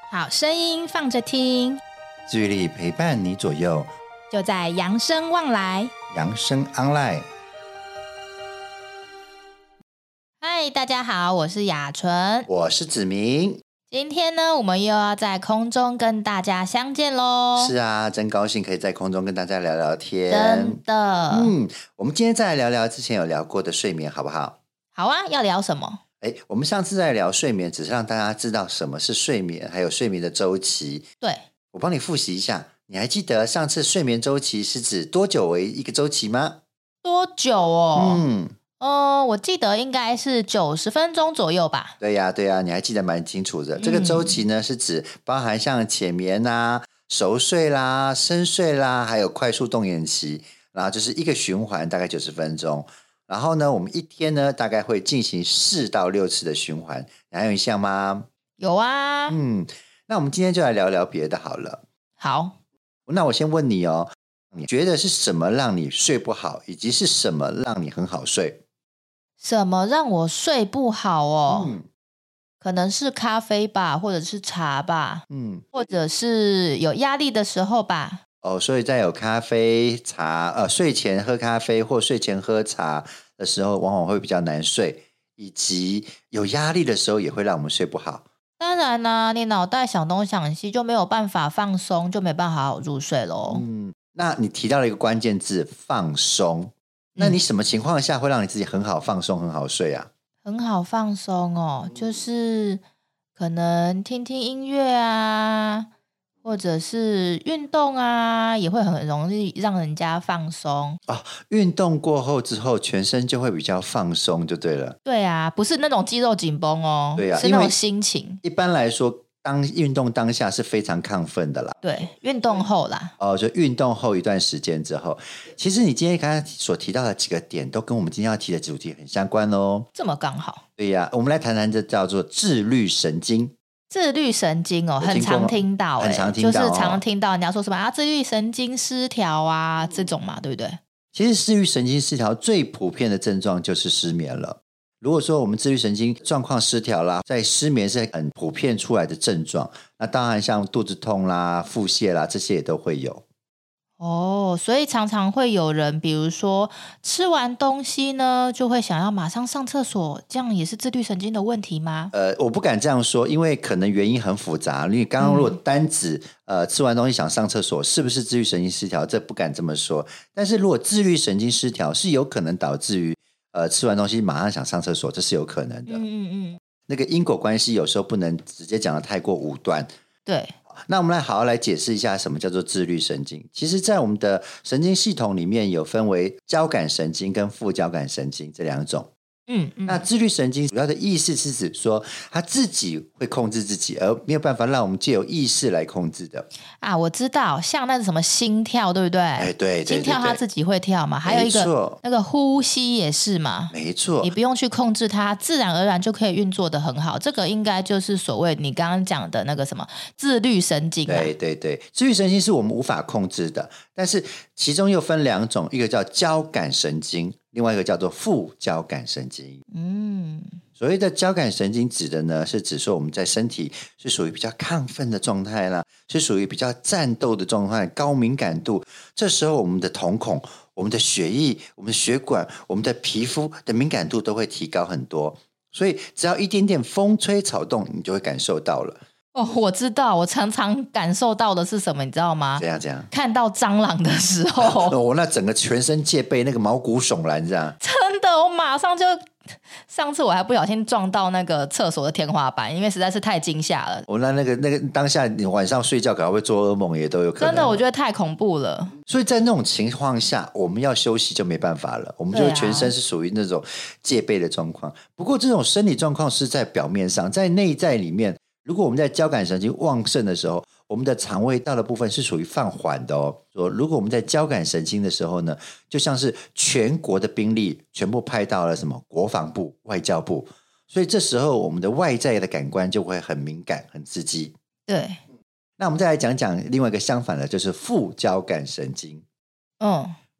好声音放着听， 治愈力陪伴你左右， 就在扬声望来。 扬声 online。 嗨，大家好，我是雅纯， 我是子明。 今天呢，我们又要在空中跟大家相见咯。 是啊，真高兴可以在空中跟大家聊聊天。 真的。 我们今天再来聊聊之前有聊过的睡眠好不好？ 好啊，要聊什么？ 我们上次在聊睡眠，只是让大家知道什么是睡眠，还有睡眠的周期。 对， 我帮你复习一下，你还记得上次睡眠周期是指多久为一个周期吗？ 多久哦？我记得应该是90分钟左右吧。 对呀，你还记得蛮清楚的。这个周期呢，是指包含像浅眠啦、熟睡啦、深睡啦，还有快速动眼期，然后就是一个循环，大概90分钟。然后呢，我们一天呢，大概会进行4到6次的循环。你还有印象吗？ 有啊。 那我们今天就来聊聊别的好了。 好， 那我先问你哦，你觉得是什么让你睡不好，以及是什么让你很好睡？ 什么让我睡不好哦？可能是咖啡吧，或者是茶吧，或者是有压力的时候吧。 所以在有咖啡茶睡前喝咖啡或睡前喝茶的时候，往往会比较难睡，以及有压力的时候也会让我们睡不好。 当然啦，你脑袋想东想西，就没有办法放松，就没办法好好入睡咯。 那你提到了一个关键字，放松。那你什么情况下会让你自己很好放松很好睡啊？ 很好放松哦，就是可能听听音乐啊，或者是运动啊，也会很容易让人家放松。 运动过后之后，全身就会比较放松就对了。 对啊，不是那种肌肉紧绷哦， 对啊， 是那种心情。 一般来说当运动当下是非常亢奋的啦。 对，运动后啦。 就运动后一段时间之后，其实你今天刚才所提到的几个点都跟我们今天要提的主题很相关哦。 这么刚好。 对呀，我们来谈谈这叫做自律神经。 自律神经哦，很常听到， 很常听到， 就是常听到人家说什么自律神经失调啊，这种嘛，对不对？ 其实自律神经失调最普遍的症状就是失眠了。如果说我们自律神经状况失调啦，在失眠是很普遍出来的症状，那当然像肚子痛啦、腹泻啦，这些也都会有。 所以常常会有人比如说吃完东西呢就会想要马上上厕所，这样也是自律神经的问题吗？ 我不敢这样说，因为可能原因很复杂。你刚刚如果单指吃完东西想上厕所，是不是自律神经失调？这不敢这么说。但是如果自律神经失调是有可能导致于吃完东西马上想上厕所，这是有可能的。那个因果关系有时候不能直接讲得太过武断。 对。 那我们来好好来解释一下什么叫做自律神经。其实在我们的神经系统里面有分为交感神经跟副交感神经这两种。那自律神经主要的意思是指说它自己会控制自己，而没有办法让我们藉由意识来控制的。 我知道，像那个什么心跳，对不对？ 对， 心跳它自己会跳嘛，还有一个那个呼吸也是嘛， 没错， 你不用去控制它，自然而然就可以运作得很好。这个应该就是所谓你刚刚讲的那个什么自律神经。 对，自律神经是我们无法控制的，但是其中又分两种，一个叫交感神经，另外一个叫做副交感神经。所谓的交感神经指的呢，是指说我们在身体是属于比较亢奋的状态啦，是属于比较战斗的状态，高敏感度。这时候我们的瞳孔、我们的血液、我们的血管、我们的皮肤的敏感度都会提高很多。所以只要一点点风吹草动，你就会感受到了。 我知道，我常常感受到的是什么，你知道吗？ 怎样？ 看到蟑螂的时候， 那整个全身戒备，那个毛骨悚然，这样。 真的，我马上就。上次我还不小心撞到那个厕所的天花板，因为实在是太惊吓了。 那个当下你晚上睡觉可能会做噩梦，也都有可能。 真的，我觉得太恐怖了。 所以在那种情况下，我们要休息就没办法了，我们就全身是属于那种戒备的状况。不过这种生理状况是在表面上，在内在里面，如果我们在交感神经旺盛的时候，我们的肠胃道的部分是属于放缓的哦。如果我们在交感神经的时候呢，就像是全国的兵力全部派到了什么国防部、外交部，所以这时候我们的外在的感官就会很敏感、很刺激。 对。 那我们再来讲讲另外一个相反的，就是副交感神经。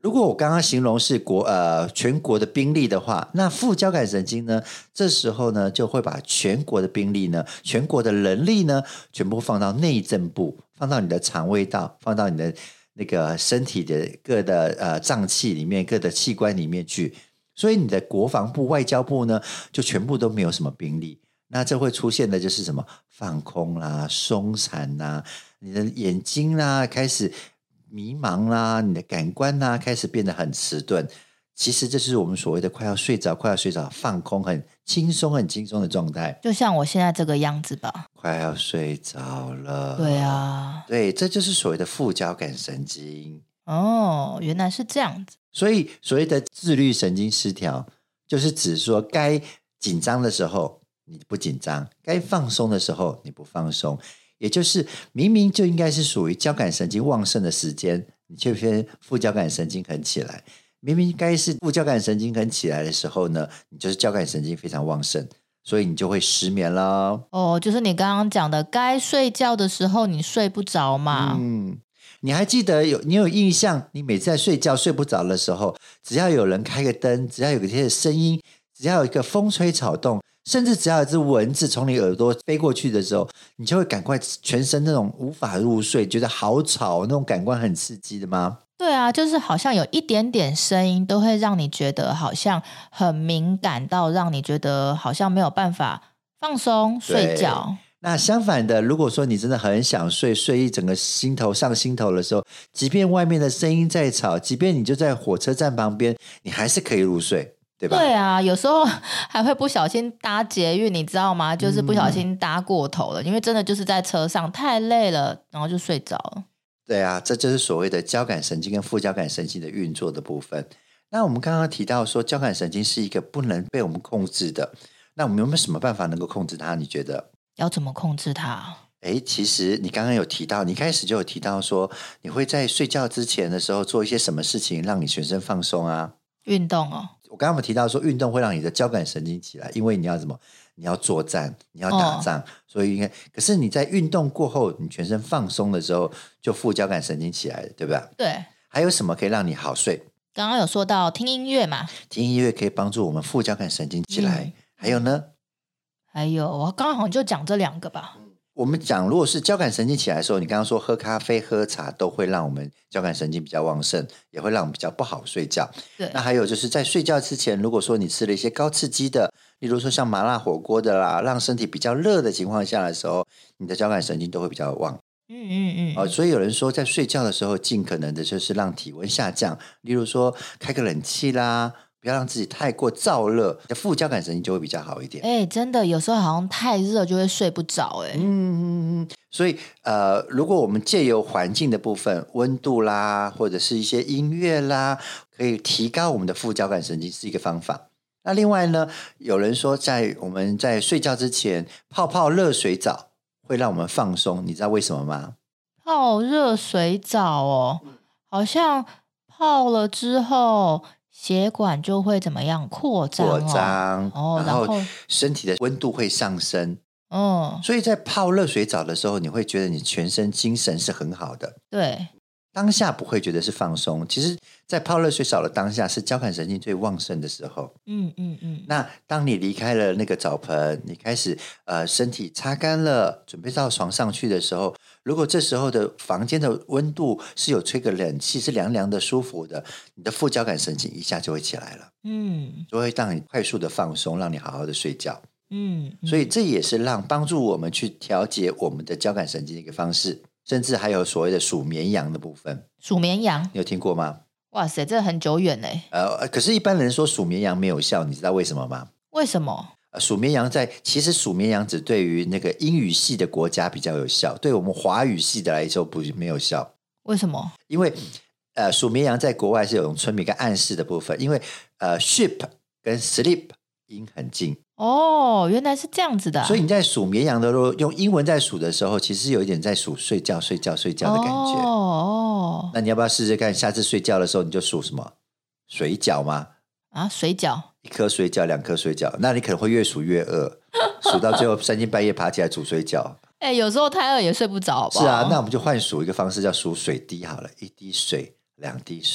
如果我刚刚形容是全国的兵力的话，那副交感神经呢，这时候呢就会把全国的兵力呢、全国的人力呢，全部放到内政部，放到你的肠胃道，放到你的那个身体的各的脏器里面、各的器官里面去。所以你的国防部、外交部呢，就全部都没有什么兵力。那这会出现的就是什么放空啦、松散啦，你的眼睛啦开始迷茫啦，你的感官啦开始变得很迟钝。其实这是我们所谓的快要睡着、放空、很轻松的状态， 就像我现在这个样子吧， 快要睡着了。 对啊， 对，这就是所谓的副交感神经。 哦，原来是这样子。 所以所谓的自律神经失调，就是指说该紧张的时候你不紧张，该放松的时候你不放松，也就是明明就应该是属于交感神经旺盛的时间，你却偏副交感神经很起来。明明该是副交感神经很起来的时候呢，你就是交感神经非常旺盛，所以你就会失眠了。 哦，就是你刚刚讲的，该睡觉的时候你睡不着嘛。 你还记得你有印象，你每次在睡觉睡不着的时候，只要有人开个灯，只要有一些声音，只要有一个风吹草动，甚至只要有一只蚊子从你耳朵飞过去的时候，你就会赶快全身那种无法入睡，觉得好吵，那种感官很刺激的吗？ 对啊，就是好像有一点点声音都会让你觉得好像很敏感到让你觉得好像没有办法放松睡觉。 那相反的，如果说你真的很想睡，睡一整个心头上心头的时候，即便外面的声音再吵，即便你就在火车站旁边，你还是可以入睡，对吧？ 对啊，有时候还会不小心搭捷运，你知道吗？就是不小心搭过头了，因为真的就是在车上太累了，然后就睡着了。 对啊，这就是所谓的交感神经跟副交感神经的运作的部分。那我们刚刚提到说，交感神经是一个不能被我们控制的，那我们有没有什么办法能够控制它？你觉得？ 要怎么控制它？ 其实你刚刚有提到，你一开始就有提到说，你会在睡觉之前的时候做一些什么事情让你全身放松啊？ 运动哦。 我刚刚有提到说，运动会让你的交感神经起来，因为你要什么？你要作战，你要打仗，所以应该。可是你在运动过后，你全身放松的时候，就副交感神经起来了，对吧？ 对。 还有什么可以让你好睡？ 刚刚有说到听音乐嘛， 听音乐可以帮助我们副交感神经起来。还有呢？ 还有我刚刚好像就讲这两个吧。 我们讲，如果是交感神经起来的时候，你刚刚说喝咖啡、喝茶都会让我们交感神经比较旺盛，也会让我们比较不好睡觉。 对。 那还有就是在睡觉之前，如果说你吃了一些高刺激的，例如说像麻辣火锅的啦，让身体比较热的情况下的时候，你的交感神经都会比较旺。所以有人说在睡觉的时候，尽可能的就是让体温下降，例如说开个冷气啦。不要让自己太过燥热，副交感神经就会比较好一点。 真的有时候好像太热就会睡不着。 所以如果我们借由环境的部分，温度啦，或者是一些音乐啦，可以提高我们的副交感神经是一个方法。那另外呢，有人说我们在睡觉之前泡泡热水澡会让我们放松，你知道为什么吗？ 泡热水澡哦，好像泡了之后血管就会怎么样扩张， 然后身体的温度会上升。所以在泡热水澡的时候，你会觉得你全身精神是很好的。 对， 当下不会觉得是放松，其实在泡热水澡的当下是交感神经最旺盛的时候。那当你离开了那个澡盆，你开始身体擦干了，准备到床上去的时候，如果这时候的房间的温度是有吹个冷气，是凉凉的舒服的，你的副交感神经一下就会起来了。就会让你快速的放松，让你好好的睡觉。所以这也是帮助我们去调节我们的交感神经的一个方式。甚至还有所谓的数绵羊的部分。 数绵羊你有听过吗？ 哇塞，这很久远嘞。 可是一般人说数绵羊没有效，你知道为什么吗？ 为什么？ 数绵羊其实数绵羊只对于那个英语系的国家比较有效，对我们华语系的来说没有效。 为什么？ 因为数绵羊在国外是有种村民跟暗示的部分，因为sheep 跟 sleep 音很近。 原来是这样子的。 所以你在数绵羊的时候，用英文在数的时候，其实有一点在数睡觉的感觉。那你要不要试试看，下次睡觉的时候你就数什么？水饺吗？ 水饺， 一颗水饺，2颗水饺，那你可能会越数越饿，数到最后3更半夜爬起来煮水饺。 有时候太饿也睡不着，好不好？ 是啊，那我们就换数一个方式，叫数水滴好了，1滴水，2滴水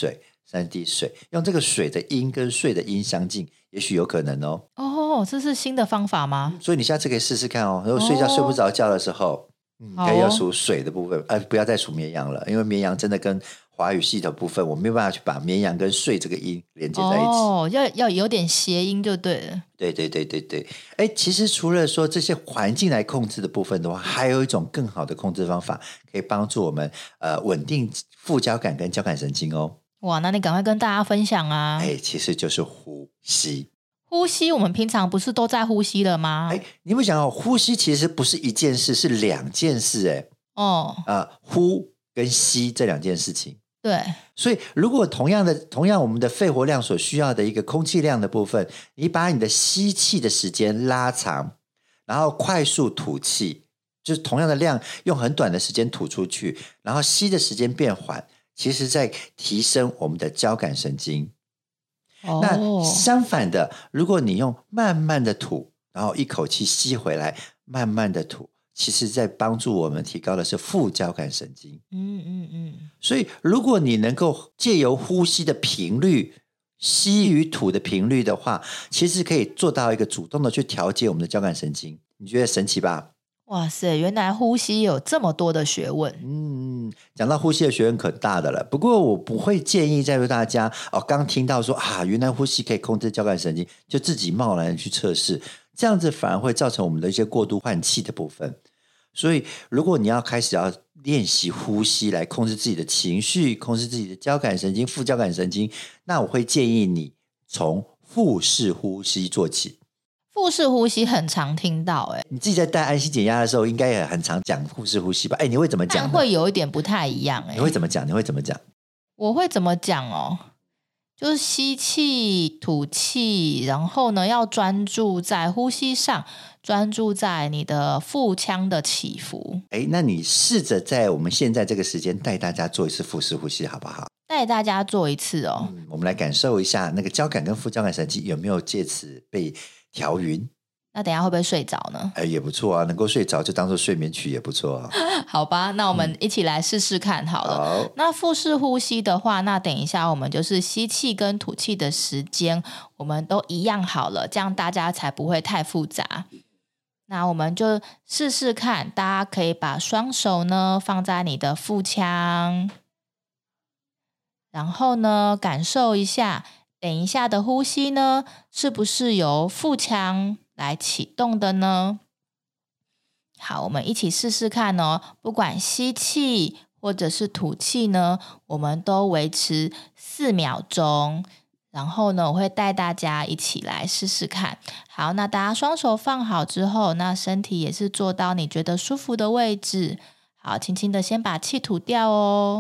3滴水，用这个水的音跟睡的音相近，也许有可能哦。 哦，这是新的方法吗？ 所以你下次可以试试看哦。如果睡觉睡不着觉的时候，可以要数水的部分，不要再数绵羊了，因为绵羊真的跟华语系的部分，我没有办法去把绵羊跟睡这个音连接在一起。 哦，要有点谐音就对了。 对对对对对。其实除了说这些环境来控制的部分的话，还有一种更好的控制方法，可以帮助我们稳定副交感跟交感神经哦。 哇，那你赶快跟大家分享啊！ 其实就是呼吸。 呼吸，我们平常不是都在呼吸了吗？ 你有没有想到，呼吸其实不是一件事，是2件事。呼跟吸这2件事情。 对， 所以如果同样我们的肺活量所需要的一个空气量的部分，你把你的吸气的时间拉长，然后快速吐气，就是同样的量用很短的时间吐出去，然后吸的时间变缓，其实在提升我们的交感神经。那相反的，如果你用慢慢的吐，然后一口气吸回来，慢慢的吐，其实在帮助我们提高的是副交感神经。所以如果你能够借由呼吸的频率，吸与吐的频率的话，其实可以做到一个主动的去调节我们的交感神经。你觉得神奇吧？ 哇塞，原来呼吸有这么多的学问。 讲到呼吸的学问可大的了。不过我不会建议在座大家刚听到说原来呼吸可以控制交感神经，就自己贸然去测试，这样子反而会造成我们的一些过度换气的部分。所以如果你要开始要练习呼吸来控制自己的情绪，控制自己的交感神经、副交感神经，那我会建议你从腹式呼吸做起。 腹式呼吸很常听到你自己在带安心减压的时候应该也很常讲腹式呼吸吧？你会怎么讲呢？ 但会有一点不太一样。 你会怎么讲？ 我会怎么讲就是吸气吐气，然后呢要专注在呼吸上，专注在你的腹腔的起伏。 那你试着在我们现在这个时间带大家做一次腹式呼吸好不好？ 带大家做一次我们来感受一下那个交感跟副交感神经有没有借此被调匀。 那等一下会不会睡着呢？ 也不错啊，能够睡着就当做睡眠曲也不错啊。 好吧，那我们一起来试试看好了。那腹式呼吸的话，那等一下我们就是吸气跟吐气的时间我们都一样好了，这样大家才不会太复杂。那我们就试试看，大家可以把双手呢放在你的腹腔，然后呢感受一下等一下的呼吸呢是不是由腹腔来启动的呢？好，我们一起试试看不管吸气或者是吐气呢，我们都维持4秒钟，然后呢我会带大家一起来试试看。好，那大家双手放好之后，那身体也是坐到你觉得舒服的位置。好，轻轻的先把气吐掉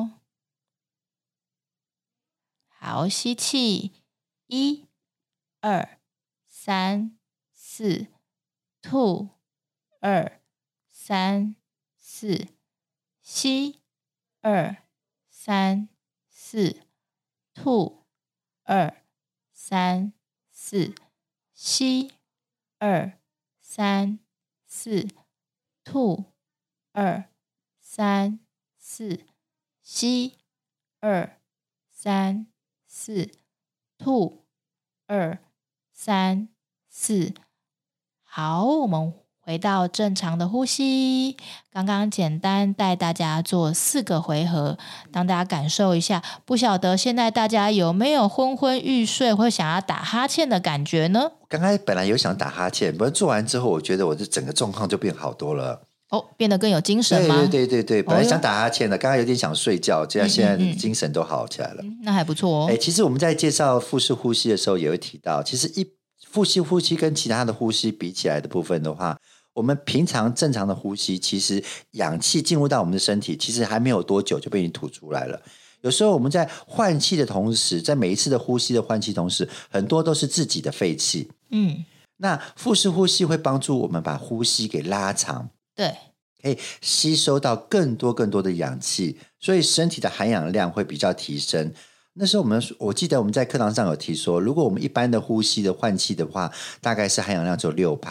好，吸气1 2 3 4，吐2 3 4，吸2 3 4，吐2 3 4，吸2 3 4，吐2 3 4，吸2 3 4，吐2 3 4。好，我们回到正常的呼吸。刚刚简单带大家做4个回合，让大家感受一下。不晓得现在大家有没有昏昏欲睡或想要打哈欠的感觉呢？ 刚才本来有想打哈欠，不过做完之后我觉得我的整个状况就变好多了。 变得更有精神吗？ 对，本来想打哈欠的，刚刚有点想睡觉，现在精神都好起来了。 那还不错其实我们在介绍腹式呼吸的时候也会提到，其实腹式呼吸跟其他的呼吸比起来的部分的话，我们平常正常的呼吸，其实氧气进入到我们的身体，其实还没有多久就被你吐出来了。有时候我们在换气的同时，在每一次的呼吸的换气同时，很多都是自己的废气。那腹式呼吸会帮助我们把呼吸给拉长， 对， 可以吸收到更多的氧气，所以身体的含氧量会比较提升。那时候我记得我们在课堂上有提说，如果我们一般的呼吸的换气的话，大概是含氧量只有6%，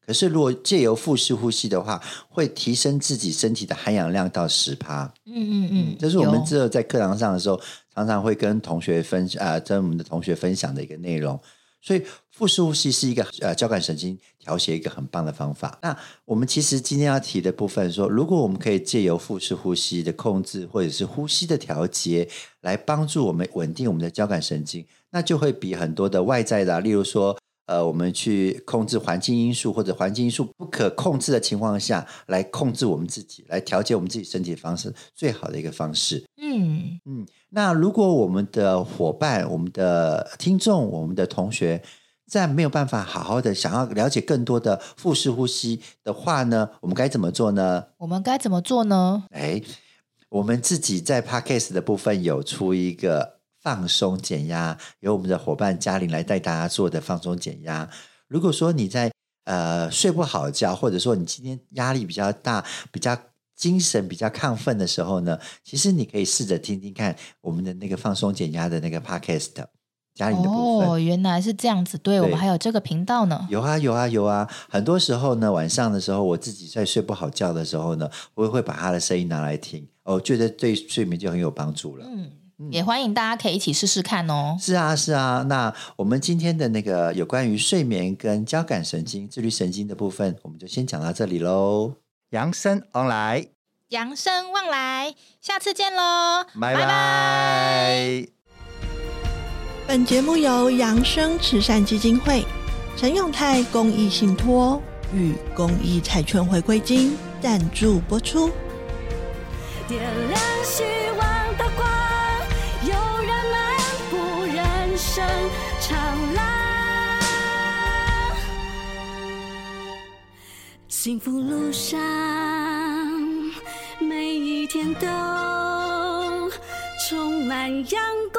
可是如果借由腹式呼吸的话，会提升自己身体的含氧量到 10%。这是我们之后在课堂上的时候常常会跟同学跟我们的同学分享的一个内容。所以腹式呼吸是一个交感神经调节一个很棒的方法。那我们其实今天要提的部分说，如果我们可以借由腹式呼吸的控制或者是呼吸的调节来帮助我们稳定我们的交感神经，那就会比很多的外在的例如说我们去控制环境因素或者环境因素不可控制的情况下来控制我们自己，来调节我们自己身体的方式最好的一个方式。那如果我们的伙伴、我们的听众、我们的同学在没有办法好好的想要了解更多的腹式呼吸的话呢，我们该怎么做呢？我们自己在 Podcast 的部分有出一个放松减压，由我们的伙伴嘉玲来带大家做的放松减压。如果说你在睡不好觉，或者说你今天压力比较大，比较精神比较亢奋的时候呢，其实你可以试着听听看我们的那个放松减压的那个 podcast 嘉玲的部分。 原来是这样子。对，我们还有这个频道呢。 有啊，很多时候呢，晚上的时候我自己在睡不好觉的时候呢，我也会把他的声音拿来听，我觉得对睡眠就很有帮助了。 也欢迎大家可以一起试试看哦。 是啊，那我们今天的那个有关于睡眠跟交感神经、自律神经的部分，我们就先讲到这里咯。扬生 on 来， 扬生望来，下次见咯， 拜拜。 本节目由扬生慈善基金会、陈永泰公益信托与公益彩券回馈金赞助播出。 点亮希望的光，有人漫步人生长廊，幸福路上每一天都充满阳光。